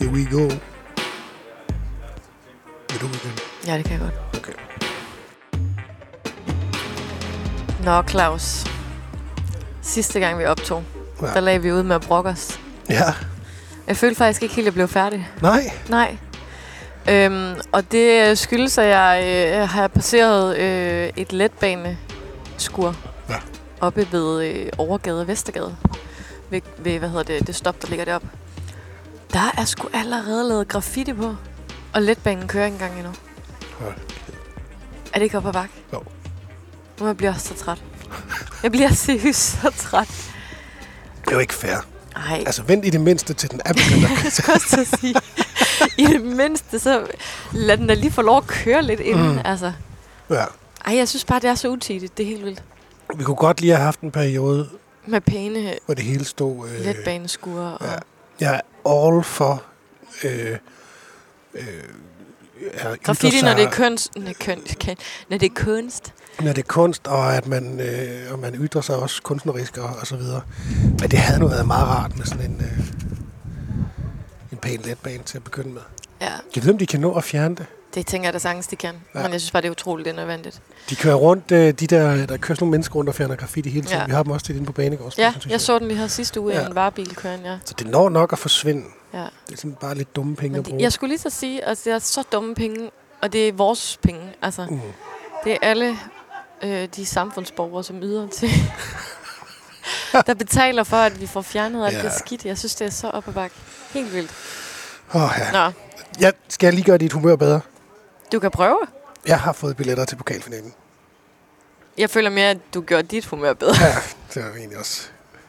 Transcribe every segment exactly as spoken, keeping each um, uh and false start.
Here we go. Vil du begynde? Ja, det kan jeg godt. Okay. Nå, Claus. Sidste gang vi optog, Ja. der lagde vi ud med at brokke os. Ja. Jeg følte faktisk ikke helt, at jeg blev færdig. Nej. Nej. Øhm, og det skyldes, at jeg øh, har passeret øh, et letbaneskur Ja. oppe ved øh, Overgade og Vestergade. Ved, ved, hvad hedder det, det stop, der ligger deroppe. Der er sgu allerede lavet graffiti på. Og letbanen kører ikke engang endnu. Okay. Er det ikke op ad bakke? Jo. Nu jeg bliver jeg så træt. Jeg bliver seriøst så træt. Det er jo ikke fair. Nej. Altså, vent i det mindste til den er begyndt. Jeg skulle også til at sige. I det mindste, så lad den da lige få lov at køre lidt inden. Mm. Altså. Ja. Ej, jeg synes bare, det er så utidigt. Det er helt vildt. Vi kunne godt lige have haft en periode, Med pæne hvor det hele stod... Øh, letbaneskuer. Og... Ja. Jeg er all for... Øh, øh, ja, graffiti, når det er kunst. Når, kun, når det er kunst. Når det er kunst, og at man, øh, og man ytrer sig også kunstnerisk og, og så videre. Men det havde nu været meget rart med sådan en, øh, en pæn letbane til at begynde med. Ja. Jeg ved, om de kan nå at fjerne det. Det tænker jeg da sagtens, de kan. Ja. Men jeg synes bare, det er utroligt, det er nødvendigt. De kører rundt, øh, de der, der kører sådan nogle mennesker rundt og fjerner graffiti hele tiden. Ja. Vi har dem også til inde på Banegårds. Ja, jeg, jeg så den lige her sidste uge i ja. en varebil køren, ja. Så det når nok at forsvinde. Ja. Det er sådan bare lidt dumme penge Men at bruge. jeg skulle lige så sige, at det er så dumme penge, og det er vores penge. Altså, mm. det er alle øh, de samfundsborgere, som yder til, der betaler for, at vi får fjernet alt ja. det skidt. Jeg synes, det er så op ad bakke. Helt vildt. Åh oh, ja. Nå. Ja, skal jeg lige gøre dit humør bedre? Du kan prøve. Jeg har fået billetter til pokalfinalen. Jeg føler mere, at du gør dit humør bedre. Ja, det er egentlig også.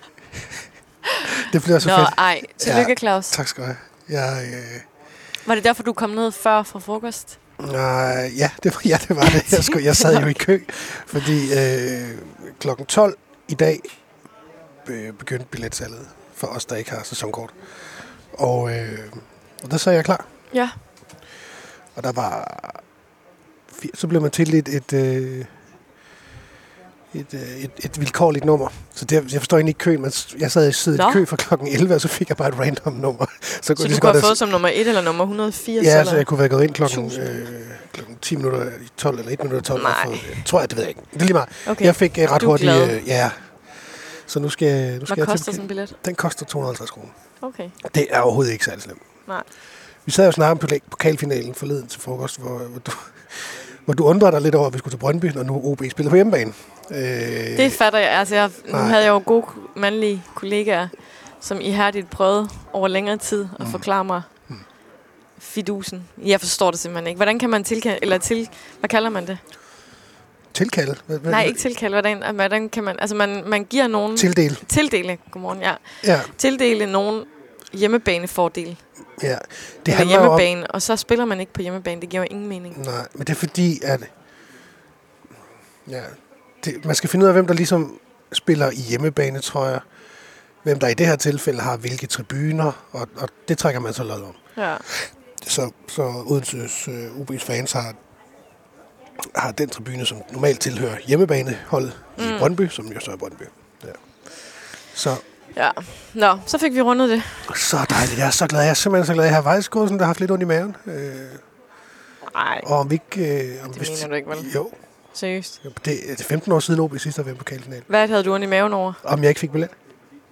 Det bliver så Nå, fedt. ej. Tillykke, ja, Claus. Tak skal du have. Jeg, øh... Var det derfor, du kom ned før fra frokost? Nej, ja, det var, ja, det var det. Jeg, skulle, jeg sad jo i kø, fordi øh, klokken tolv i dag øh, begyndte billetsalget for os, der ikke har sæsonkort. Og, øh, og der sad jeg klar. Ja. Og der var... Så blev man tildelt et, øh, et, øh, et, et vilkårligt nummer. Så det, jeg forstår egentlig ikke køen, men jeg sad i siddet i kø fra klokken elleve, og så fik jeg bare et random nummer. Så, så du kunne have fået som nummer et eller nummer et hundrede og firs? Ja, eller? så jeg kunne være gået ind klokken, øh, klokken ti minutter i tolv, eller et minutter i tolv. Nej. Og jeg tror jeg, det ved jeg ikke. Det er lige meget. Okay. Jeg fik uh, ret hurtigt... Øh, ja. Så nu skal, nu skal Hvad jeg koster til, sådan en billet? Den koster to hundrede og halvtreds kroner. Okay. Det er overhovedet ikke særlig slemt. Nej. Vi sad jo snart på pokalfinalen forleden til frokost, hvor, hvor du... Hvor du undrede dig lidt over, at vi skulle til Brøndby, og nu O B spiller på hjemmebane. Øh, det fatter jeg. Altså, jeg, nu havde jeg jo gode mandlige kollegaer, som ihærdigt prøvede over længere tid at mm. forklare mig mm. fidusen. Jeg forstår det simpelthen ikke. Hvordan kan man tilkalde, eller til, hvad kalder man det? Tilkalde? Hvad, Nej, ikke tilkalde. Hvordan, hvordan kan man, altså man, man giver nogen... Tildele. Tildele, godmorgen, ja. ja. Tildele nogen hjemmebanefordel. Ja, det er hjemmebane, om, og så spiller man ikke på hjemmebane. Det giver jo ingen mening. Nej, men det er fordi, at ja, det, man skal finde ud af, hvem der ligesom spiller i hjemmebane, tror jeg. Hvem der i det her tilfælde har hvilke tribuner, og, og det trækker man så lod om. Ja. Så, så Odenses uh, U B's fans har, har den tribune, som normalt tilhører hjemmebaneholdet mm. i Brøndby, som jo så er Brøndby. Ja. Så... Ja, nå, så fik vi rundet det. Så dejligt, jeg er så glad. Jeg er simpelthen så glad. Jeg har Vejskursen, der har haft lidt ondt i maven. Nej, øh, og om vi ikke... Øh, om det hvis, mener du ikke, vel? Jo. Seriøst? Det, det er femten år siden O B sidst har været på pokalfinalen. Hvad havde du ondt i maven over? Om jeg ikke fik billet.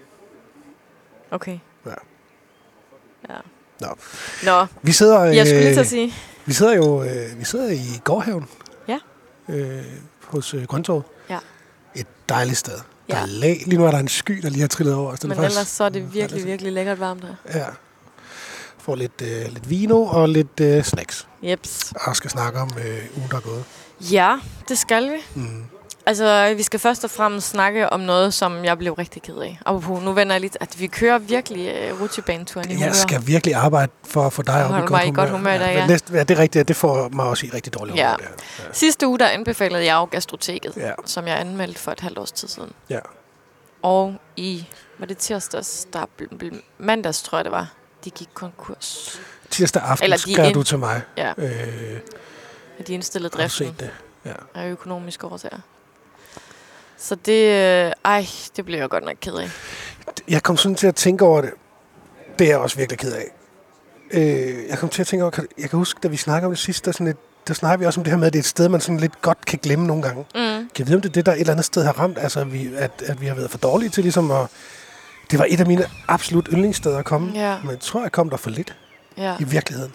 Okay. Ja. Ja. Nå. Nå, vi sidder, øh, jeg skulle lige til at sige. Vi sidder jo øh, vi sidder i gårdhaven. Ja. Øh, hos øh, Grøntorvet. Ja. Et dejligt sted. Ja. Der er lag. Lige nu er der en sky, der lige har trillet over. Men ellers faktisk, så er det virkelig, virkelig lækkert varmt her. Ja. Får lidt, øh, lidt vino og lidt øh, snacks. Jeps. Og skal snakke om øh, ugen, der er gået. Ja, det skal vi. Mm. Altså, vi skal først og fremmest snakke om noget, som jeg blev rigtig ked af. Og nu vender jeg lidt, at vi kører virkelig uh, rutsjebaneturen i humør. Jeg skal virkelig arbejde for at få dig op i godt humør. godt humør i dag, ja. Ja, næste, ja, det er rigtigt. Det får mig også i rigtig dårlig humør. Ja. Ja. Sidste uge, der anbefalede jeg jo Gastroteket, ja. som jeg anmeldte for et halvt års tid siden. Ja. Og i, var det tirsdags, der blev mandags, tror jeg det var, de gik konkurs. Tirsdag aften skrev ind... du til mig. Ja. Øh, de indstillede driften det. Ja. af økonomiske årsager. Så det, øh, ej, det blev jeg godt nok ked af. Jeg kom sådan til at tænke over det. Det er jeg også virkelig ked af. Øh, jeg kom til at tænke over, kan- jeg kan huske, da vi snakkede om det sidst, der, sådan et, der snakker vi også om det her med, at det er et sted, man sådan lidt godt kan glemme nogle gange. Mm. Kan jeg vide, om det er det, der et eller andet sted har ramt, altså vi, at, at vi har været for dårlige til ligesom at... Det var et af mine absolut yndlingssteder at komme, Ja. men jeg tror, jeg kom der for lidt Ja. i virkeligheden.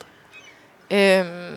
Øhm,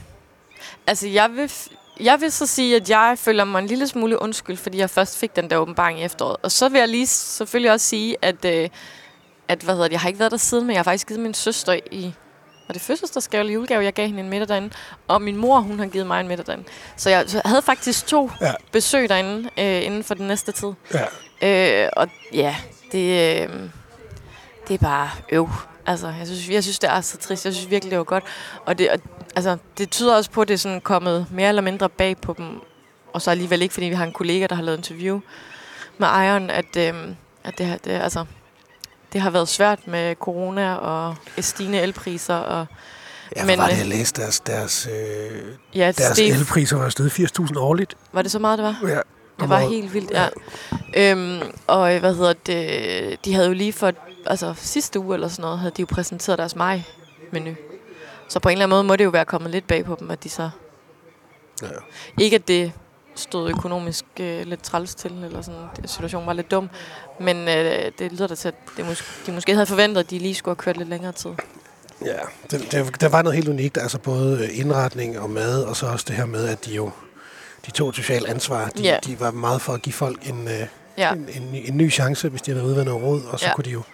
altså, jeg vil, f- jeg vil så sige, at jeg føler mig en lille smule undskyld, fordi jeg først fik den der åbenbaring i efteråret. Og så vil jeg lige selvfølgelig også sige, at, øh, at hvad hedder det, jeg har ikke været der siden, men jeg har faktisk givet min søster i... Var det fødselsdagsgave eller julegave? Jeg gav hende en middag derinde. Og min mor, hun har givet mig en middag derinde. Så jeg, så jeg havde faktisk to Ja. besøg derinde øh, inden for den næste tid. Ja. Øh, og ja, det, øh, det er bare øv. Altså, jeg synes, jeg synes, det er så trist. Jeg synes virkelig, det var godt. Og det, og, altså, det tyder også på, at det er sådan kommet mere eller mindre bag på dem. Og så alligevel ikke, fordi vi har en kollega, der har lavet interview med ejeren, at, øh, at det, det, altså, det har været svært med corona og stigende elpriser. Og, Ja, men, var det, øh, jeg læste, deres, deres, øh, ja, deres det, elpriser var steget firs tusind årligt. var det så meget, det var? Ja. Det var helt vildt, ja. Øhm, og hvad hedder det, de havde jo lige for, altså sidste uge eller sådan noget, havde de jo præsenteret deres maj-menu. Så på en eller anden måde må det jo være kommet lidt bag på dem, at de så... Ja. Ikke at det stod økonomisk øh, lidt træls til, eller sådan, det, situationen var lidt dum, men øh, det lyder da til, at det mås- de måske havde forventet, at de lige skulle have kørt lidt længere tid. Ja, det, det, der var noget helt unikt, altså både indretning og mad, og så også det her med, at de jo de tog et socialt ansvar. De, Ja. de var meget for at give folk en, øh, Ja. en, en, ny- en ny chance, hvis de havde været ude ved noget råd, og så Ja. kunne de jo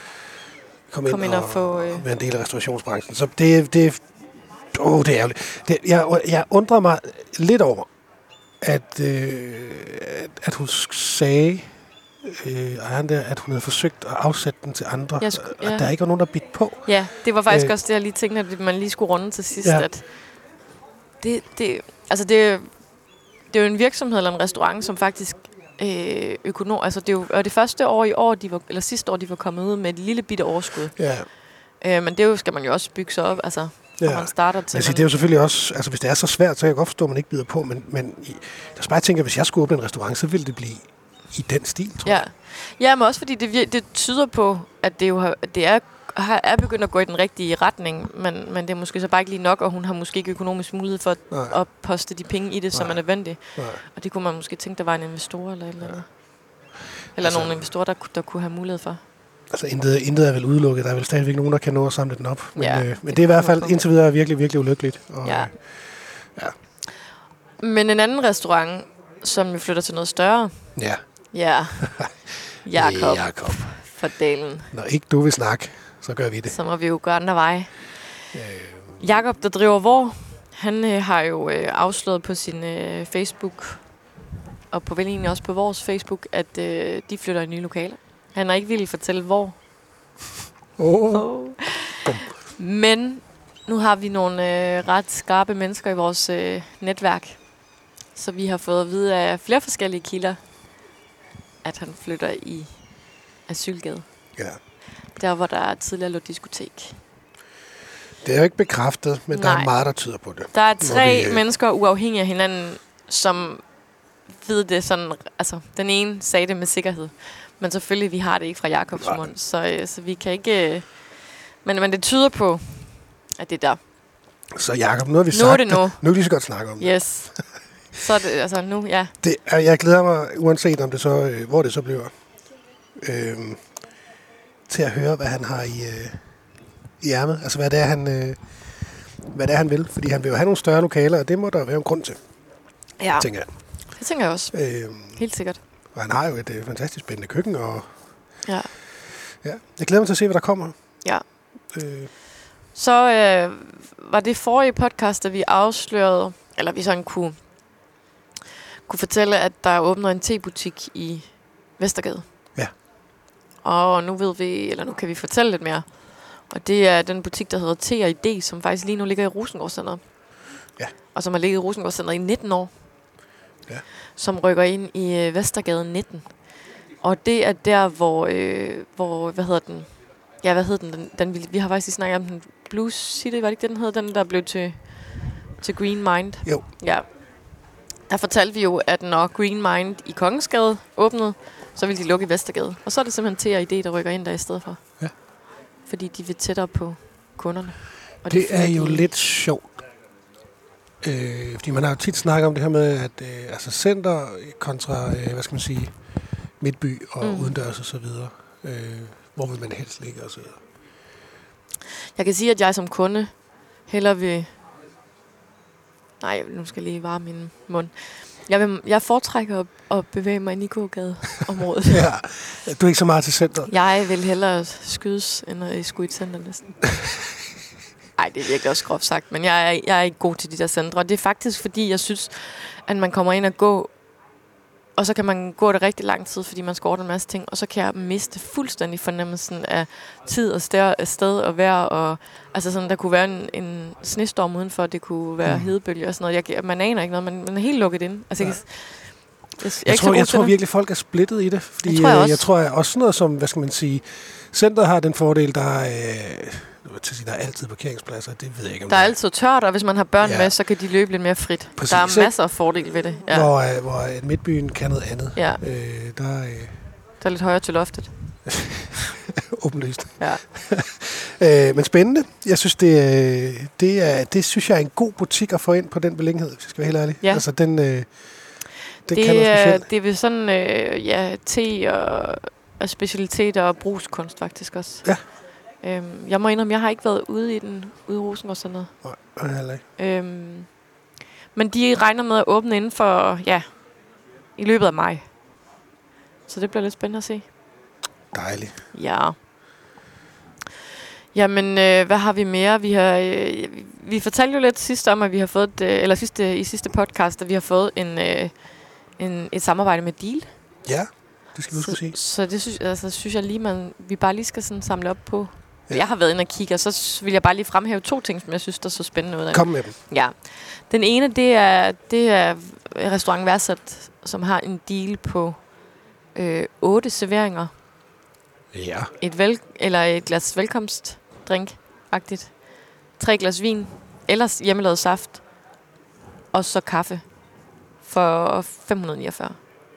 komme Kom ind, ind og og, få, øh, og være en del af restaurationsbranchen. Så det, det, oh, det er ærgerligt. Det, jeg, jeg undrer mig lidt over, at, øh, at, at hun sagde, øh, ejeren der, at hun havde forsøgt at afsætte den til andre, Jeg sku- og ja. der ikke var nogen, der bidt på. Ja, det var faktisk Øh. også det, jeg lige tænkte, at man lige skulle runde til sidst. Ja. At det, det, altså det, det er jo en virksomhed eller en restaurant, som faktisk øh, økonom... Altså det er jo og det første år i år, de var, eller sidste år, de var kommet ud med et lille bitte overskud. Ja. Øh, men det er jo, skal man jo også bygge sig op, altså Ja. når man starter til... Altså, det er jo selvfølgelig også, altså hvis det er så svært, så kan jeg godt forstå, at man ikke bider på, men, men i, der bare tænker, at hvis jeg skulle åbne en restaurant, så ville det blive i den stil, tror Ja, jeg. ja, men også fordi det, vir- det tyder på, at det jo har, at det er, har, er begyndt at gå i den rigtige retning, men, men det er måske så bare ikke lige nok, og hun har måske ikke økonomisk mulighed for at, Nej. at poste de penge i det, som Nej. er nødvendigt. Nej. Og det kunne man måske tænke, der var en investor eller et eller andet. Eller Altså- nogle investorer, der, ku- der kunne have mulighed for. Altså, intet, intet er vel udelukket. Der er vel stadigvæk nogen, der kan nå at samle den op. Men, Ja, øh, men det det er i hvert kan man fald få. indtil videre virkelig, virkelig ulykkeligt. Og, Ja. øh, ja. Men en anden restaurant, som jo flytter til noget større. Ja. Ja, Jakob Jakob. for dalen. Når ikke du vil snakke, så gør vi det. Så må vi jo gå andre veje. Øh, Jakob, der driver Hvor, han øh, har jo øh, afsløret på sin øh, Facebook, og på vel egentlig også på vores Facebook, at øh, de flytter i nye lokaler. Han har ikke vildt fortælle, hvor. oh. Oh. Men nu har vi nogle øh, ret skarpe mennesker i vores øh, netværk, så vi har fået at vide af flere forskellige kilder, at han flytter i Asylgade. Ja. Der, hvor der tidligere lå diskotek. Det er jo ikke bekræftet, men Nej. der Nej. er meget, der tyder på det. Der er Må tre vi, øh, mennesker uafhængige af hinanden, som ved det sådan... Altså, den ene sagde det med sikkerhed. Men selvfølgelig, vi har det ikke fra Jakobs Nej. mund, så, øh, så vi kan ikke... Øh, men, men det tyder på, at det er der. Så Jakob, nu har vi Nu sagt er det nu. Nu kan vi lige så godt snakke om det. Yes. Så er det, altså nu, ja. det er, jeg glæder mig, uanset om det så, øh, hvor det så bliver, øh, til at høre, hvad han har i, øh, i ærmet. Altså, hvad det er, han, øh, hvad det er, han vil. Fordi han vil jo have nogle større lokaler, og det må der være en grund til, Ja, tænker jeg. det tænker jeg også. Øh, Helt sikkert. og han har jo et øh, fantastisk spændende køkken, og Ja. ja, jeg glæder mig til at se, hvad der kommer. Ja. Øh, Så øh, var det forrige podcast, at vi afslørede, eller vi sådan kunne, kunne fortælle, at der åbner en tebutik i Vestergade. Ja. Og nu ved vi, eller nu kan vi fortælle lidt mere. Og det er den butik, der hedder T og I D, som faktisk lige nu ligger i Rosengårdscenteret. Ja. Og som har ligget i Rosengårdscenteret i nitten år. Ja. Som rykker ind i øh, Vestergade nitten. Og det er der, hvor, øh, hvor hvad hedder den? Ja, hvad hed den? den, den vi, vi har faktisk lige snakket om den. Blue City, var det ikke det, den hed? Den, der blev til, til Green Mind. Jo. Ja. Der fortalte vi jo, at når Green Mind i Kongensgade åbnede, så ville de lukke i Vestergade. Og så er det simpelthen T og I D, der rykker ind der i stedet for. Ja. Fordi de vil tættere på kunderne. Og det, det er de... jo lidt sjovt. Øh, fordi man har jo tit snakket om det her med, at øh, altså center kontra, øh, hvad skal man sige, midtby og mm. udendørs og så videre. Øh, hvor vil man helst ligge og så videre. Jeg kan sige, at jeg som kunde hellere vil... Nej, nu skal jeg lige varme min mund. Jeg, vil, jeg foretrækker at, at bevæge mig ind i gågadeområdet. Ja, du er ikke så meget til centret. Jeg vil hellere skydes, end at skulle i et center næsten. Nej, det er virkelig også groft sagt, men jeg er, jeg er ikke god til de der centre. Det er faktisk, fordi jeg synes, at man kommer ind og gå, og så kan man gå det rigtig lang tid, fordi man skal ordne en masse ting, og så kan jeg miste fuldstændig fornemmelsen af tid og sted, sted og vejr, og altså sådan, der kunne være en, en snestorm udenfor, det kunne være mm. hedebølge og sådan noget. Jeg, man aner ikke noget, man, man er helt lukket ind. Altså, ja. jeg, jeg, jeg, jeg, tror, jeg tror virkelig, folk er splittet i det, fordi jeg tror, jeg, jeg tror jeg også noget som, hvad skal man sige, centret har den fordel, der er... Øh, til at sige, der er altid parkeringspladser, det ved jeg ikke om der er det. Altid tørt, og hvis man har børn ja. med, så kan de løbe lidt mere frit. Præcis, der er masser af fordele ved det. Ja. Hvor, uh, hvor uh, midtbyen kan noget andet. Ja. Uh, der, uh, der er lidt højere til loftet. Åbenlyst. Ja. uh, men spændende. Jeg synes, det, uh, det, er, det synes jeg er en god butik at få ind på den beliggenhed, hvis jeg skal være helt ærlig. Ja. Altså, den, uh, den det, kan noget specielt. Det er vel sådan, uh, ja, te og, og specialiteter og brugskunst faktisk også. Ja. Øhm, jeg må indrømme, jeg har ikke været ude i den, ude i Rosengård sådan noget. Nej, jeg heller ikke. Øhm, men de regner med at åbne inden for, ja, i løbet af maj. Så det bliver lidt spændende at se. Dejligt. Ja. Jamen, øh, hvad har vi mere? Vi har, øh, vi fortalte jo lidt sidst om, at vi har fået, øh, eller sidste, i sidste podcast, at vi har fået en, øh, en, et samarbejde med Deal. Ja, det skal vi huske at sige. Så det synes, altså, synes jeg lige, man, vi bare lige skal sådan samle op på. Ja. Jeg har været inde og kigge, og så vil jeg bare lige fremhæve to ting, som jeg synes, der er så spændende ud af. Kom med dem. Ja. Den ene, det er, det er restaurant Værsat, som har en deal på øh, otte serveringer. Ja. Et, vel, eller et glas velkomstdrink-agtigt. Tre glas vin, ellers hjemmelavet saft, og så kaffe for fem hundrede niogfyrre.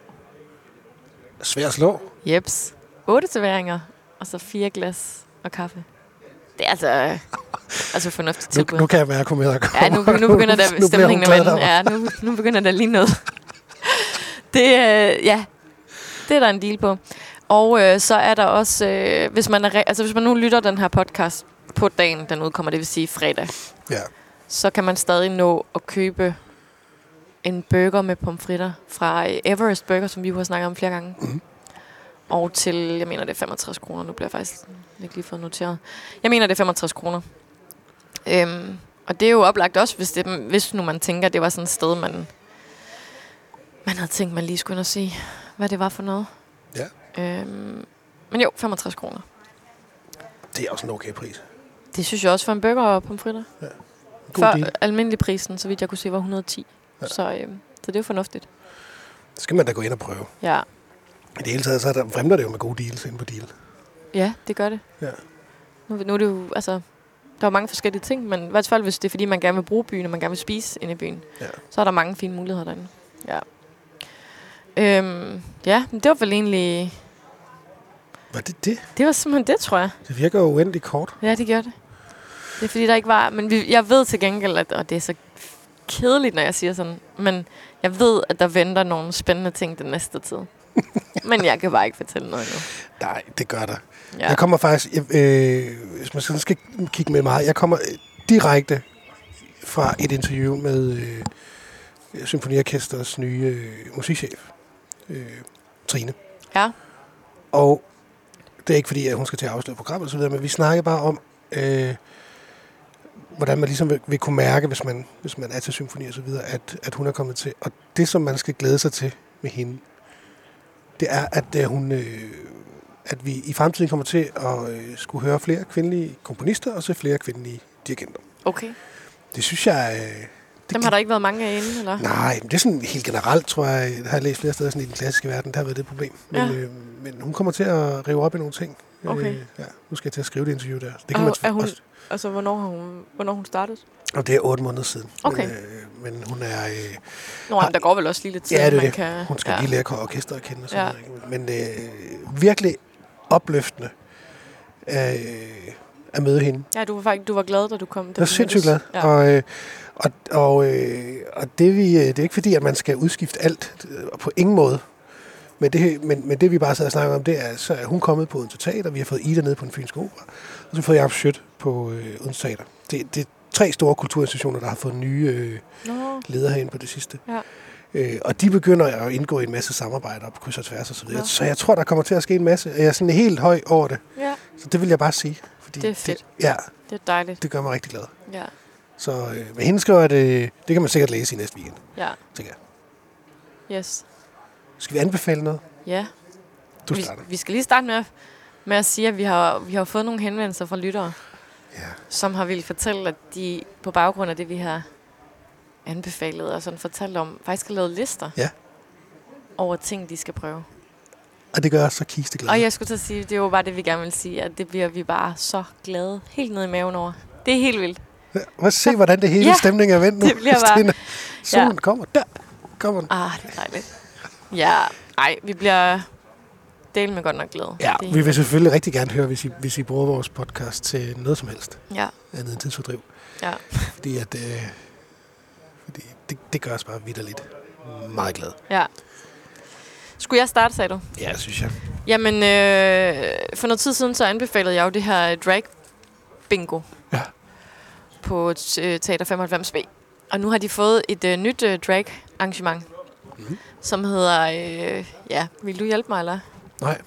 Svær at slå. Jeps. Otte serveringer, og så fire glas og kaffe. Det er altså, øh, altså fornuftigt tilbud. Nu, nu kan jeg mærke, at jeg kommer. Ja, nu, nu begynder der stemningen at vende. Ja, nu, nu begynder der lige noget. Det, øh, ja, det er der en deal på. Og øh, så er der også, øh, hvis man er, altså hvis man nu lytter den her podcast på dagen, den udkommer, det vil sige fredag, ja. så kan man stadig nå at købe en burger med pomfritter fra Everest Burger, som vi jo har snakket om flere gange. Mm. Og til, jeg mener det er femogtres kroner, nu bliver jeg faktisk ikke lige fået noteret. Jeg mener det er femogtres kroner. Øhm, og det er jo oplagt også, hvis, det, hvis nu man tænker, at det var sådan et sted, man, man havde tænkt, man lige skulle ind og se, hvad det var for noget. Ja. Øhm, men jo, femogtres kroner. Det er også en okay pris. Det synes jeg også for en burger og pomfritter. Ja. For deal. Almindelig prisen, så vidt jeg kunne se, var et hundrede og ti. Ja. Så, øhm, så det er jo fornuftigt. Det skal man da gå ind og prøve. Ja. I det hele taget, så er der, fremler det jo med gode deals inde på Deal. Ja, det gør det. Ja. Nu, nu er det jo, altså, der er mange forskellige ting, men i hvert fald, hvis det er, fordi man gerne vil bruge byen, og man gerne vil spise inde i byen, ja. så er der mange fine muligheder derinde. Ja. Øhm, ja, men det var vel egentlig... Var det det? Det var simpelthen det, tror jeg. Det virker jo uendeligt kort. Ja, det gør det. Det er fordi, der ikke var... Men vi, jeg ved til gengæld, at og det er så kedeligt, når jeg siger sådan, men jeg ved, at der venter nogle spændende ting den næste tid. Men jeg kan bare ikke fortælle noget endnu. Nej, det gør der. Ja. Jeg kommer faktisk, jeg, øh, hvis man sådan skal kigge med meget, jeg kommer direkte fra et interview med øh, Symfoniorkesters nye øh, musikchef, øh, Trine. Ja. Og det er ikke fordi, at hun skal til at afsløre programmet og så videre, men vi snakker bare om, øh, hvordan man ligesom vil, vil kunne mærke, hvis man, hvis man er til symfoni og så videre, at, at hun er kommet til. Og det, som man skal glæde sig til med hende, det er, at øh, hun, øh, at vi i fremtiden kommer til at øh, skulle høre flere kvindelige komponister og så flere kvindelige dirigenter. Okay. Det synes jeg... Øh, det Dem har der ikke været mange af inden, eller? Nej, det er sådan helt generelt, tror jeg. Jeg har læst flere steder sådan i den klassiske verden, der har været det problem. Men, ja. øh, men hun kommer til at rive op i nogle ting. Okay. Øh, ja, nu skal jeg til at skrive det interview der. Det kan og, man er hun, også. altså, hvornår har hun, hvornår hun startet? Og det er otte måneder siden. Okay. Men, øh, men hun er... Øh, Nå, har, der går vel også lige lidt tid, ja, det er man det. kan... Hun skal ja. lige lære orkester at kende og sådan ja. noget. Men øh, virkelig opløftende. Øh, at møde hende. Ja, du var faktisk du var glad, da du kom. Jeg var sindssygt glad. Ja. Og, øh, og, og, øh, og det, vi, det er ikke fordi, at man skal udskifte alt på ingen måde. Men det, men, men det vi bare sidder og snakker om, det er, så er hun kommet på Odense Teater, vi har fået Ida ned på en Fynsk Opera, og så har vi fået Jacob Schødt på øh, Odense Teater. Det, det er tre store kulturinstitutioner, der har fået nye øh, no. ledere herinde på det sidste. Ja. Øh, og de begynder at indgå i en masse samarbejder på kryds og tværs og så videre. No. Så jeg tror, der kommer til at ske en masse. Jeg er sådan helt høj over det. Ja. Så det vil jeg bare sige. Fordi det er fedt. Det, ja, det er dejligt. Det gør mig rigtig glad. Ja. Så øh, men hende skriver, at øh, det kan man sikkert læse i næste weekend. Ja. Tænker jeg. Yes. Skal vi anbefale noget? Ja. Du vi, starter. vi skal lige starte med, med at sige, at vi har, vi har fået nogle henvendelser fra lyttere, ja. som har ville fortælle, at de på baggrund af det, vi har anbefalet og sådan fortalt om, faktisk har lavet lister ja. over ting, de skal prøve. Og det gør os så kisteglade. Og jeg skulle til at sige, det er jo bare det, vi gerne vil sige, at det bliver vi bare så glade helt ned i maven over. Det er helt vildt. Ja, prøv at se, hvordan det hele ja, stemning er vendt nu. Det bliver bare... Solen ja. kommer, der kommer den. Ah, det er dejligt. Ja, ej, vi bliver delt med godt nok glade. Ja, vi vil selvfølgelig rigtig gerne høre, hvis I, hvis I bruger vores podcast til noget som helst. Ja. Andet end tidsfordriv. Ja. Fordi, at, øh, fordi det, det gør os bare vitterligt meget glade. Ja. Skulle jeg starte, sagde du? Ja, det synes jeg. Jamen, øh, for noget tid siden, så anbefalede jeg jo det her drag bingo. Ja. På øh, Teater femoghalvfems B. Og nu har de fået et øh, nyt øh, drag arrangement. Mm-hmm. Som hedder, øh, ja, vil du hjælpe mig, eller? Nej.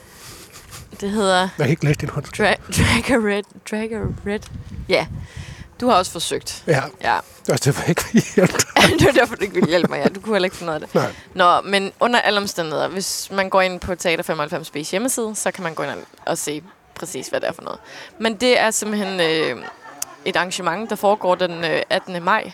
Det hedder... Jeg har ikke læst din hånd. Dra- Drag Red. Drag Red. Ja, du har også forsøgt. Ja, ja. Det var derfor, jeg ikke ville hjælpe dig. Det var derfor, du ikke ville hjælpe mig, ja. Du kunne heller ikke finde noget af det. Nej. Nå, men under alle omstændigheder, hvis man går ind på Teater femoghalvfems B's hjemmeside, så kan man gå ind og se præcis, hvad det er for noget. Men det er simpelthen øh, et arrangement, der foregår den øh, attende maj,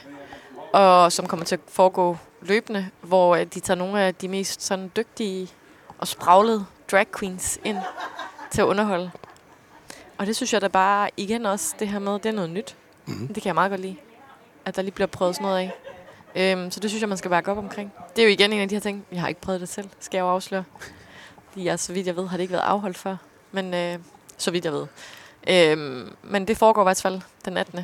og som kommer til at foregå løbende, hvor øh, de tager nogle af de mest sådan dygtige og spraglede drag queens ind til at underholde. Og det synes jeg da bare igen også, det her med, det er noget nyt. Mm-hmm. Det kan jeg meget godt lide, at der lige bliver prøvet sådan noget af. Øhm, så det synes jeg, man skal bakke op omkring. Det er jo igen en af de her ting, jeg har ikke prøvet det selv, skal jeg jo afsløre. Fordi jeg, så vidt jeg ved, har det ikke været afholdt før. Men øh, så vidt jeg ved. Øhm, men det foregår i hvert fald den attende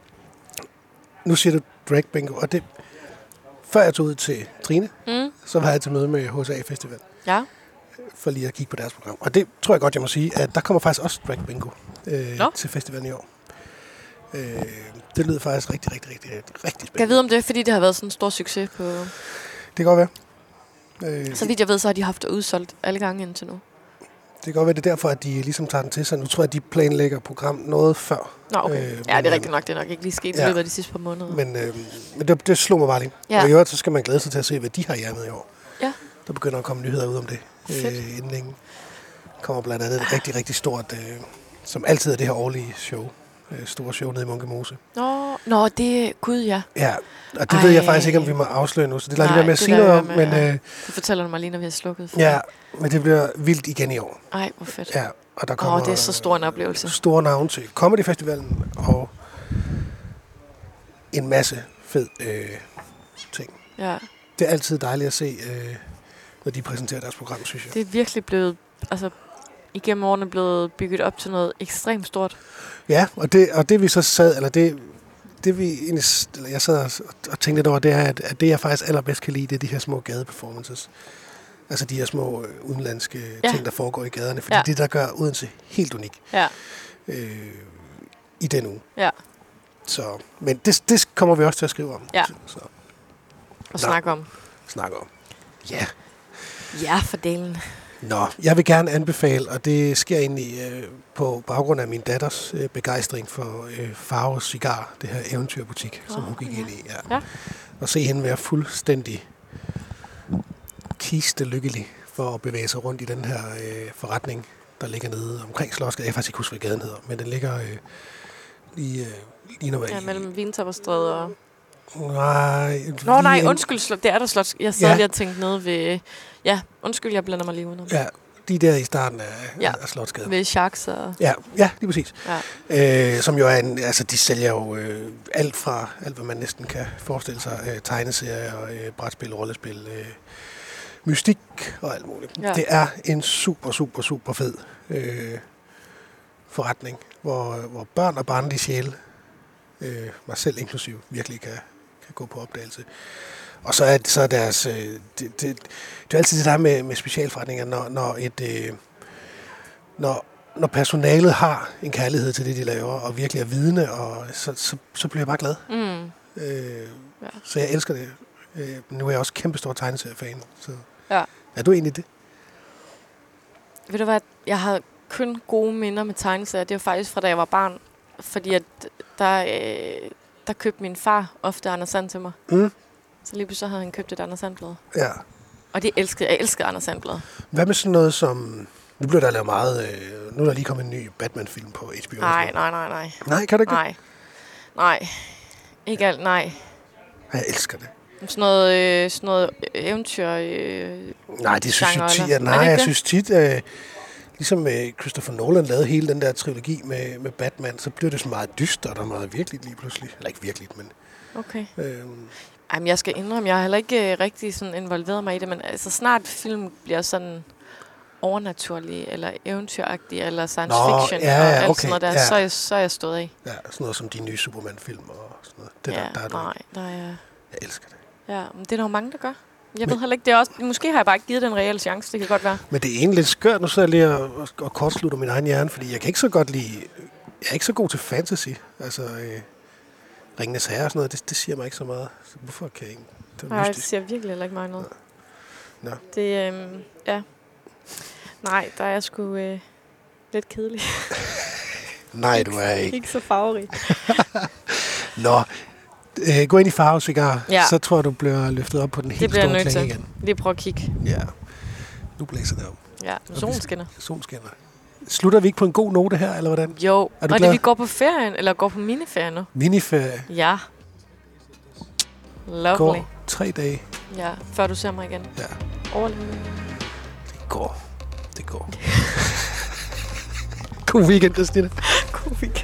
Nu siger du drag bingo, og det... Før jeg tog ud til Trine, mm. så var jeg til møde med H S A Festival. Ja. For lige at kigge på deres program. Og det tror jeg godt, jeg må sige, at der kommer faktisk også drag bingo øh, til festivalen i år. Øh, det lyder faktisk rigtig, rigtig, rigtig, rigtig spændende. Kan jeg vide om det, fordi det har været sådan en stor succes på... Det kan godt være. Øh, så vidt jeg ved, så har de haft det udsolgt alle gange indtil nu. Det kan godt være, det er derfor, at de ligesom tager den til sig. Nu tror jeg, at de planlægger program noget før. Nå, okay. Øh, ja, det er rigtigt nok. Det er nok ikke lige sket ja. i løbet af de sidste par måneder. Men, øh, men det, det slog mig bare lige. Ja. Og i øvrigt, så skal man glæde sig til at se, hvad de har hjernet i år. Ja. Der begynder at komme nyheder ud om det. Øh, inden længe kommer blandt andet et rigtig, rigtig stort, øh, som altid er det her årlige show. Øh, store show nede i Munke Mose. Nå, nå, det er Gud, ja. Ja, og det Ej. ved jeg faktisk ikke, om vi må afsløre nu, så det lader lige være med at sige noget om. Med, men, ja. øh, det fortæller du mig lige, når vi har slukket. For. Ja, men det bliver vildt igen i år. Ej, hvor fedt. Ja, og der kommer Åh, det er så stor en oplevelse. Store navne til Comedy Festivalen og en masse fed øh, ting. Ja. Det er altid dejligt at se, øh, når de præsenterer deres program, synes jeg. Det er virkelig blevet, altså igennem årene blevet bygget op til noget ekstremt stort. Ja, og det, og det vi så sad, eller det, det vi egentlig, eller jeg sad og, og tænkte lidt over, det er, at, at det jeg faktisk allerbedst kan lide, det er de her små gadeperformances. Altså de her små øh, udenlandske ja. ting, der foregår i gaderne. Fordi ja. det, der gør Odense helt unik ja. øh, i den uge. Ja. Så, men det, det kommer vi også til at skrive om. Ja. Så. Og snakke om. Snakke om. Ja. Ja, for delen. Nå, jeg vil gerne anbefale, og det sker egentlig øh, på baggrund af min datters øh, begejstring for øh, Farves Cigar, det her eventyrbutik, oh, som hun gik ja. ind i. Ja. Ja. Og se hende være fuldstændig kiste lykkelig for at bevæge sig rundt i den her øh, forretning, der ligger nede omkring Slotsgade. Jeg kan faktisk ikke huske, hvad gaden hedder, men den ligger øh, lige, øh, lige når ja, mellem Vintopperstræde og... Nej. Nå nej, undskyld, det er der Slots. Jeg sad ja. lige og tænkte noget ved... Ja, undskyld, jeg blander mig lige under. Ja, de der i starten af, ja. af Slotsgade. Ved Sharks og... Ja, ja, lige præcis. Ja. Øh, som jo er en... Altså, de sælger jo øh, alt fra... Alt, hvad man næsten kan forestille sig. Øh, tegneserier, øh, brætspil, rollespil, øh, mystik og alt muligt. Ja. Det er en super, super, super fed øh, forretning, hvor, hvor børn og barnlige sjæle, øh, mig selv inklusiv, virkelig kan, kan gå på opdagelse. Og så er, så er deres... Øh, det, det, det er altid det der med, med specialforretninger, når, når, et, øh, når, når personalet har en kærlighed til det, de laver, og virkelig er vidne, og så, så, så bliver jeg bare glad. Mm. Øh, ja. Så jeg elsker det. Øh, nu er jeg også kæmpestor tegneseriefan. Så. Ja. Er du egentlig det? Ved du hvad, jeg har kun gode minder med tegneserier. Det var faktisk fra da jeg var barn, fordi at der, øh, der købte min far ofte Anders Sand til mig. Mm. Så lige pludselig havde han købt et Anders Sand-blad. Ja. Og det elskede jeg. elskede Anders Sand-blad. Hvad med sådan noget som... Nu bliver der lavet meget... Øh, nu er der lige kommet en ny Batman-film på H B O. Nej, nej, nej, nej. Nej, kan du ikke? Nej. Nej. Ikke alt, nej. Jeg elsker det. Sådan noget, øh, sådan noget eventyr... Øh, nej, det synes jeg tit... Eller? Nej, jeg det? synes tit... Øh, ligesom øh, Christopher Nolan lavede hele den der trilogi med, med Batman, så bliver det så meget dystert og meget virkeligt lige pludselig. Eller ikke virkeligt, men... Okay. Øh, Jamen, jeg skal indrømme, jeg har heller ikke øh, rigtig sådan involveret mig i det, men altså snart film bliver sådan overnaturlig, eller eventyragtig, eller science Nå, fiction, ja, og ja, alt okay, sådan noget der, ja. så, er jeg, så er jeg stået af. ja, sådan noget som de nye Superman-film og sådan noget. Det ja, der, der er nej, ikke. der er... Jeg elsker det. Ja, men det er der jo mange, der gør. Jeg men, ved heller ikke, det er også... Måske har jeg bare ikke givet den reelle chance, det kan godt være. Men det er egentlig lidt skørt, nu så jeg lige og, og, og kortslutter min egen hjerne, fordi jeg kan ikke så godt lide... Jeg er ikke så god til fantasy. Altså, øh, Ringenes Herre og sådan noget, det, det siger mig ikke så meget. Så hvorfor kan jeg ikke? Det Nej, mystisk. Det siger virkelig heller ikke mig noget. Ja. Det, øh, ja. Nej, der er jeg sgu øh, lidt kedelig. Nej, du er ikke. Ikke så farverig. Nå, øh, gå ind i farvecigar, ja. så tror jeg, du bliver løftet op på den helt store klinge igen. Lige prøv at kigge. Ja, nu blæser det om. Ja, solen skinner. Solen skinner. Slutter vi ikke på en god note her, eller hvordan? Jo, og glad? det vi går på ferien, eller går på miniferie nu? Miniferie? Ja. Lovely. Går tre dage. Ja, før du ser mig igen. Ja. Overleve. Det går. Det går. God weekend, Christina. God weekend.